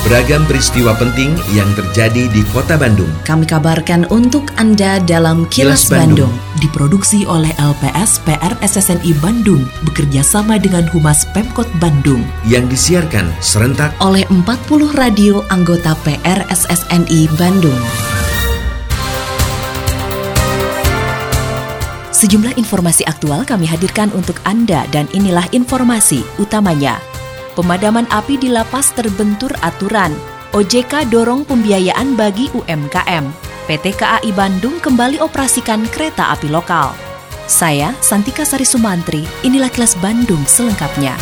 Beragam peristiwa penting yang terjadi di Kota Bandung kami kabarkan untuk Anda dalam Kilas Bandung. Diproduksi oleh LPS PR SSNI Bandung bekerja sama dengan Humas Pemkot Bandung, yang disiarkan serentak oleh 40 radio anggota PR SSNI Bandung. Sejumlah informasi aktual kami hadirkan untuk Anda dan inilah informasi utamanya. Pemadaman api di lapas terbentur aturan. OJK dorong pembiayaan bagi UMKM. PT KAI Bandung kembali operasikan kereta api lokal. Saya, Santika Sari Sumantri, inilah Kilas Bandung selengkapnya.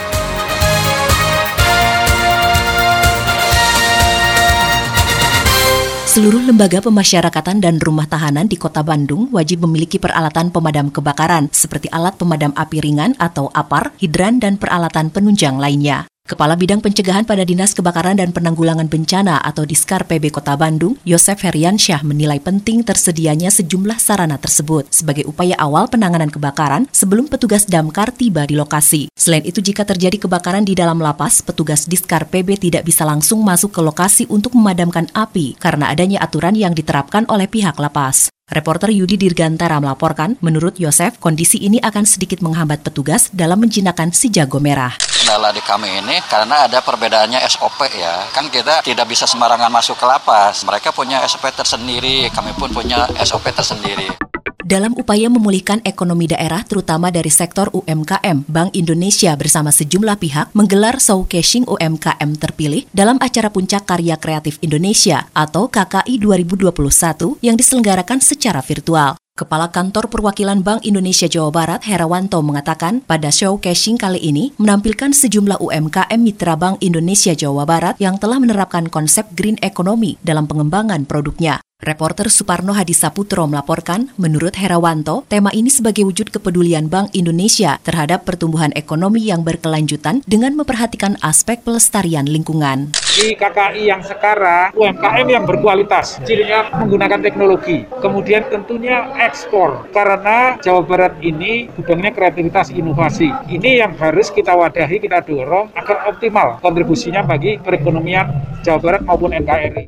Seluruh lembaga pemasyarakatan dan rumah tahanan di Kota Bandung wajib memiliki peralatan pemadam kebakaran seperti alat pemadam api ringan atau APAR, hidran, dan peralatan penunjang lainnya. Kepala Bidang Pencegahan pada Dinas Kebakaran dan Penanggulangan Bencana atau Diskar PB Kota Bandung, Yosef Heriansyah menilai penting tersedianya sejumlah sarana tersebut sebagai upaya awal penanganan kebakaran sebelum petugas damkar tiba di lokasi. Selain itu, jika terjadi kebakaran di dalam lapas, petugas Diskar PB tidak bisa langsung masuk ke lokasi untuk memadamkan api karena adanya aturan yang diterapkan oleh pihak lapas. Reporter Yudi Dirgantara melaporkan, menurut Yosef, kondisi ini akan sedikit menghambat petugas dalam menjinakkan si jago merah. Kendala di kami ini karena ada perbedaannya SOP ya. Kan kita tidak bisa sembarangan masuk ke lapas. Mereka punya SOP tersendiri, kami pun punya SOP tersendiri. Dalam upaya memulihkan ekonomi daerah terutama dari sektor UMKM, Bank Indonesia bersama sejumlah pihak menggelar showcasing UMKM terpilih dalam acara Puncak Karya Kreatif Indonesia atau KKI 2021 yang diselenggarakan secara virtual. Kepala Kantor Perwakilan Bank Indonesia Jawa Barat, Herawanto, mengatakan pada showcasing kali ini menampilkan sejumlah UMKM mitra Bank Indonesia Jawa Barat yang telah menerapkan konsep green economy dalam pengembangan produknya. Reporter Suparno Hadisaputro melaporkan, menurut Herawanto, tema ini sebagai wujud kepedulian Bank Indonesia terhadap pertumbuhan ekonomi yang berkelanjutan dengan memperhatikan aspek pelestarian lingkungan. Di KKI yang sekarang, UMKM yang berkualitas, cirinya menggunakan teknologi, kemudian tentunya ekspor, karena Jawa Barat ini gudangnya kreativitas inovasi. Ini yang harus kita wadahi, kita dorong agar optimal kontribusinya bagi perekonomian Jawa Barat maupun NKRI.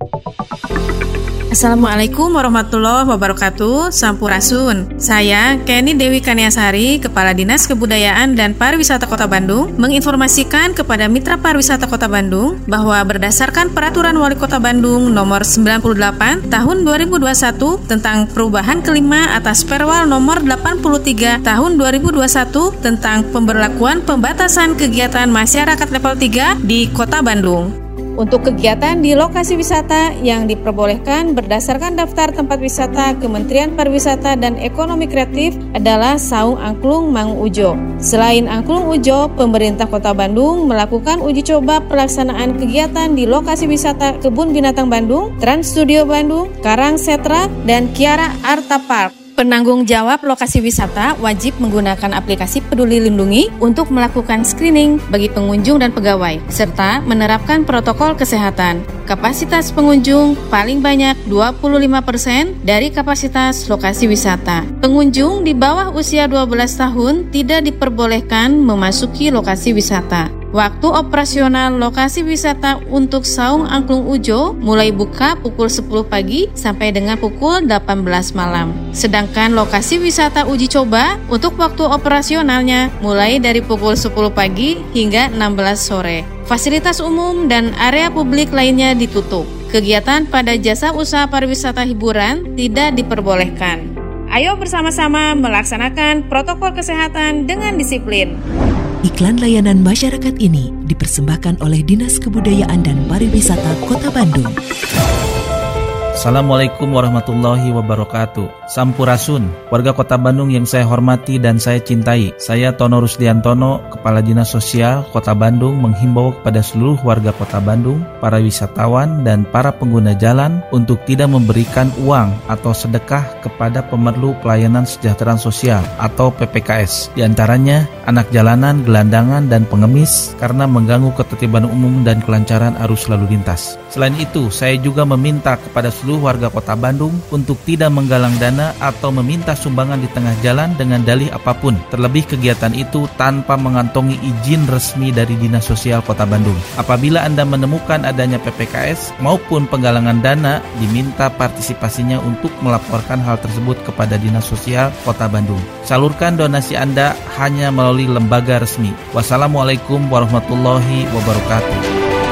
Assalamualaikum warahmatullahi wabarakatuh. Sampurasun. Saya Kenny Dewi Kaniasari, Kepala Dinas Kebudayaan dan Pariwisata Kota Bandung, menginformasikan kepada Mitra Pariwisata Kota Bandung bahwa berdasarkan Peraturan Wali Kota Bandung Nomor 98 Tahun 2021 tentang perubahan kelima atas Perwal Nomor 83 Tahun 2021 tentang pemberlakuan pembatasan kegiatan masyarakat level 3 di Kota Bandung. Untuk kegiatan di lokasi wisata yang diperbolehkan berdasarkan daftar tempat wisata Kementerian Pariwisata dan Ekonomi Kreatif adalah Saung Angklung Mangu Ujo. Selain Angklung Ujo, pemerintah Kota Bandung melakukan uji coba pelaksanaan kegiatan di lokasi wisata Kebun Binatang Bandung, Trans Studio Bandung, Karang Setra, dan Kiara Arta Park. Penanggung jawab lokasi wisata wajib menggunakan aplikasi Peduli Lindungi untuk melakukan screening bagi pengunjung dan pegawai, serta menerapkan protokol kesehatan. Kapasitas pengunjung paling banyak 25% dari kapasitas lokasi wisata. Pengunjung di bawah usia 12 tahun tidak diperbolehkan memasuki lokasi wisata. Waktu operasional lokasi wisata untuk Saung Angklung Ujo mulai buka pukul 10 pagi sampai dengan pukul 18 malam. Sedangkan lokasi wisata uji coba untuk waktu operasionalnya mulai dari pukul 10 pagi hingga 16 sore. Fasilitas umum dan area publik lainnya ditutup. Kegiatan pada jasa usaha pariwisata hiburan tidak diperbolehkan. Ayo bersama-sama melaksanakan protokol kesehatan dengan disiplin. Iklan layanan masyarakat ini dipersembahkan oleh Dinas Kebudayaan dan Pariwisata Kota Bandung. Assalamualaikum warahmatullahi wabarakatuh. Sampurasun, warga Kota Bandung yang saya hormati dan saya cintai. Saya Tono Rusdiantono, Kepala Dinas Sosial Kota Bandung, menghimbau kepada seluruh warga Kota Bandung, para wisatawan dan para pengguna jalan untuk tidak memberikan uang atau sedekah kepada pemerlu pelayanan kesejahteraan sosial atau PPKS. Di antaranya anak jalanan, gelandangan, dan pengemis karena mengganggu ketertiban umum dan kelancaran arus lalu lintas. Selain itu, saya juga meminta kepada seluruh seluruh warga Kota Bandung untuk tidak menggalang dana atau meminta sumbangan di tengah jalan dengan dalih apapun. Terlebih kegiatan itu tanpa mengantongi izin resmi dari Dinas Sosial Kota Bandung. Apabila Anda menemukan adanya PPKS maupun penggalangan dana, diminta partisipasinya untuk melaporkan hal tersebut kepada Dinas Sosial Kota Bandung. Salurkan donasi Anda hanya melalui lembaga resmi. Wassalamualaikum warahmatullahi wabarakatuh.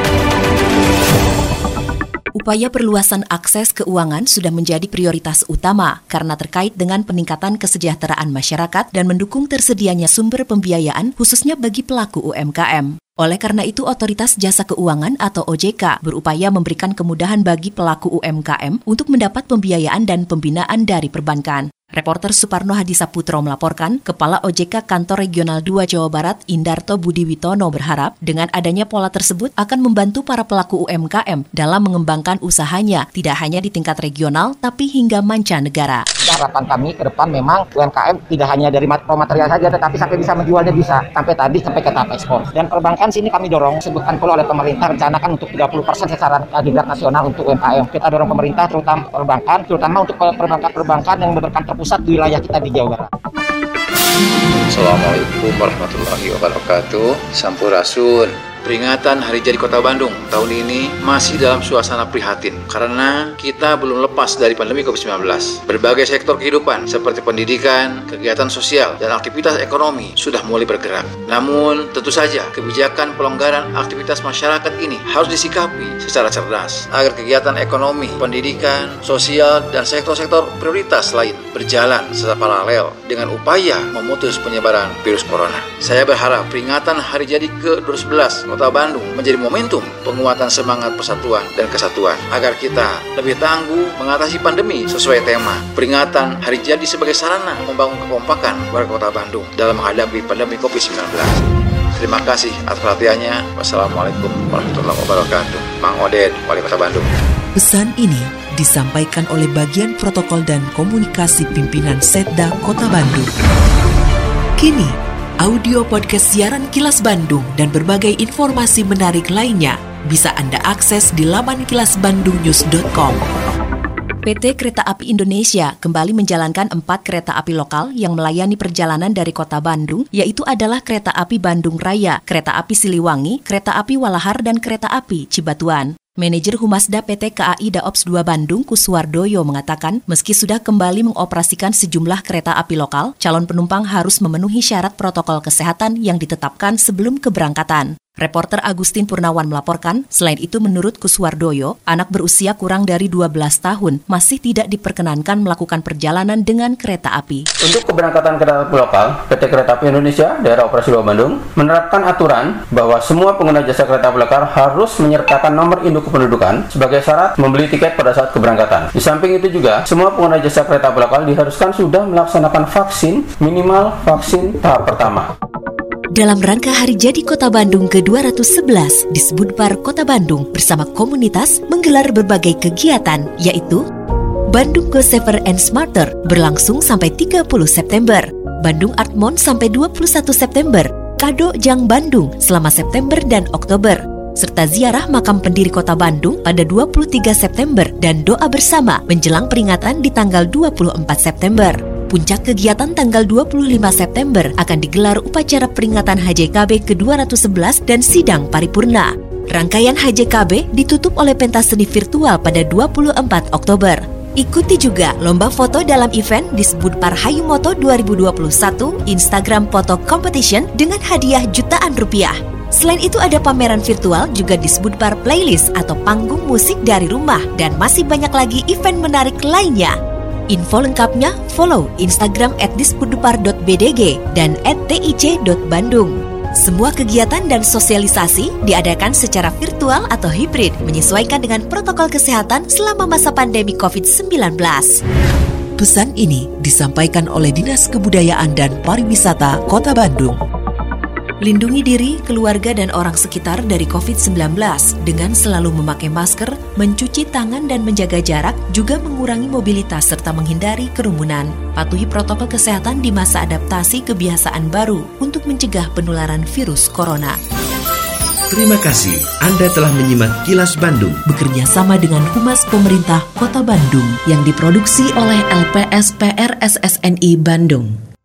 Upaya perluasan akses keuangan sudah menjadi prioritas utama karena terkait dengan peningkatan kesejahteraan masyarakat dan mendukung tersedianya sumber pembiayaan khususnya bagi pelaku UMKM. Oleh karena itu, Otoritas Jasa Keuangan atau OJK berupaya memberikan kemudahan bagi pelaku UMKM untuk mendapat pembiayaan dan pembinaan dari perbankan. Reporter Suparno Hadisaputro melaporkan, Kepala OJK Kantor Regional 2 Jawa Barat, Indarto Budi Witono berharap dengan adanya pola tersebut akan membantu para pelaku UMKM dalam mengembangkan usahanya, tidak hanya di tingkat regional, tapi hingga mancanegara. Harapan kami ke depan memang UMKM tidak hanya dari raw material saja, tetapi sampai bisa menjualnya bisa, sampai ke tahap ekspor. Dan perbankan sini kami dorong, sebutkan pula oleh pemerintah, rencanakan untuk 30% secara agregat nasional untuk UMKM. Kita dorong pemerintah, terutama perbankan, terutama untuk perbankan yang berkantor pusat di wilayah kita di Jawa Barat. Assalamualaikum warahmatullahi wabarakatuh. Sampurasun. Peringatan Hari Jadi Kota Bandung tahun ini masih dalam suasana prihatin karena kita belum lepas dari pandemi COVID-19. Berbagai sektor kehidupan seperti pendidikan, kegiatan sosial, dan aktivitas ekonomi sudah mulai bergerak. Namun, tentu saja kebijakan pelonggaran aktivitas masyarakat ini harus disikapi secara cerdas agar kegiatan ekonomi, pendidikan, sosial, dan sektor-sektor prioritas lain berjalan secara paralel dengan upaya memutus penyebaran virus corona. Saya berharap peringatan Hari Jadi ke-12 Kota Bandung menjadi momentum penguatan semangat persatuan dan kesatuan agar kita lebih tangguh mengatasi pandemi sesuai tema peringatan Hari Jadi sebagai sarana membangun kekompakan warga Kota Bandung dalam menghadapi pandemi COVID-19. Terima kasih atas perhatiannya. Wassalamualaikum warahmatullahi wabarakatuh. Mang Oden, Wali Kota Bandung. Pesan ini disampaikan oleh bagian protokol dan komunikasi pimpinan Setda Kota Bandung. Kini, audio podcast siaran Kilas Bandung dan berbagai informasi menarik lainnya bisa Anda akses di laman kilasbandungnews.com. PT Kereta Api Indonesia kembali menjalankan 4 kereta api lokal yang melayani perjalanan dari Kota Bandung, yaitu adalah Kereta Api Bandung Raya, Kereta Api Siliwangi, Kereta Api Walahar, dan Kereta Api Cibatuan. Manajer Humasda PT KAI Daops 2 Bandung, Kuswardoyo, mengatakan meski sudah kembali mengoperasikan sejumlah kereta api lokal, calon penumpang harus memenuhi syarat protokol kesehatan yang ditetapkan sebelum keberangkatan. Reporter Agustin Purnawan melaporkan, selain itu menurut Kuswardoyo, anak berusia kurang dari 12 tahun masih tidak diperkenankan melakukan perjalanan dengan kereta api. Untuk keberangkatan kereta api lokal, PT Kereta Api Indonesia Daerah Operasi 2 Bandung menerapkan aturan bahwa semua pengguna jasa kereta api lokal harus menyertakan nomor induk kependudukan sebagai syarat membeli tiket pada saat keberangkatan. Di samping itu juga, semua pengguna jasa kereta api lokal diharuskan sudah melaksanakan vaksin, minimal vaksin tahap pertama. Dalam rangka Hari Jadi Kota Bandung ke-211, Disbudpar Kota Bandung bersama komunitas menggelar berbagai kegiatan, yaitu Bandung Go Safer and Smarter berlangsung sampai 30 September, Bandung Art Month sampai 21 September, Kado Jang Bandung selama September dan Oktober, serta ziarah makam pendiri Kota Bandung pada 23 September dan doa bersama menjelang peringatan di tanggal 24 September. Puncak kegiatan tanggal 25 September akan digelar upacara peringatan HJKB ke-211 dan sidang paripurna. Rangkaian HJKB ditutup oleh pentas seni virtual pada 24 Oktober. Ikuti juga lomba foto dalam event Disbudpar Hayumoto 2021 Instagram Photo Competition dengan hadiah jutaan rupiah. Selain itu ada pameran virtual juga Disbudpar Playlist atau panggung musik dari rumah dan masih banyak lagi event menarik lainnya. Info lengkapnya follow Instagram @disbudpar.bdg dan @tic.bandung. Semua kegiatan dan sosialisasi diadakan secara virtual atau hibrid menyesuaikan dengan protokol kesehatan selama masa pandemi COVID-19. Pesan ini disampaikan oleh Dinas Kebudayaan dan Pariwisata Kota Bandung. Lindungi diri, keluarga, dan orang sekitar dari COVID-19 dengan selalu memakai masker, mencuci tangan dan menjaga jarak, juga mengurangi mobilitas serta menghindari kerumunan. Patuhi protokol kesehatan di masa adaptasi kebiasaan baru untuk mencegah penularan virus corona. Terima kasih Anda telah menyimak Kilas Bandung bekerja sama dengan Humas Pemerintah Kota Bandung yang diproduksi oleh LPSPR SSNI Bandung.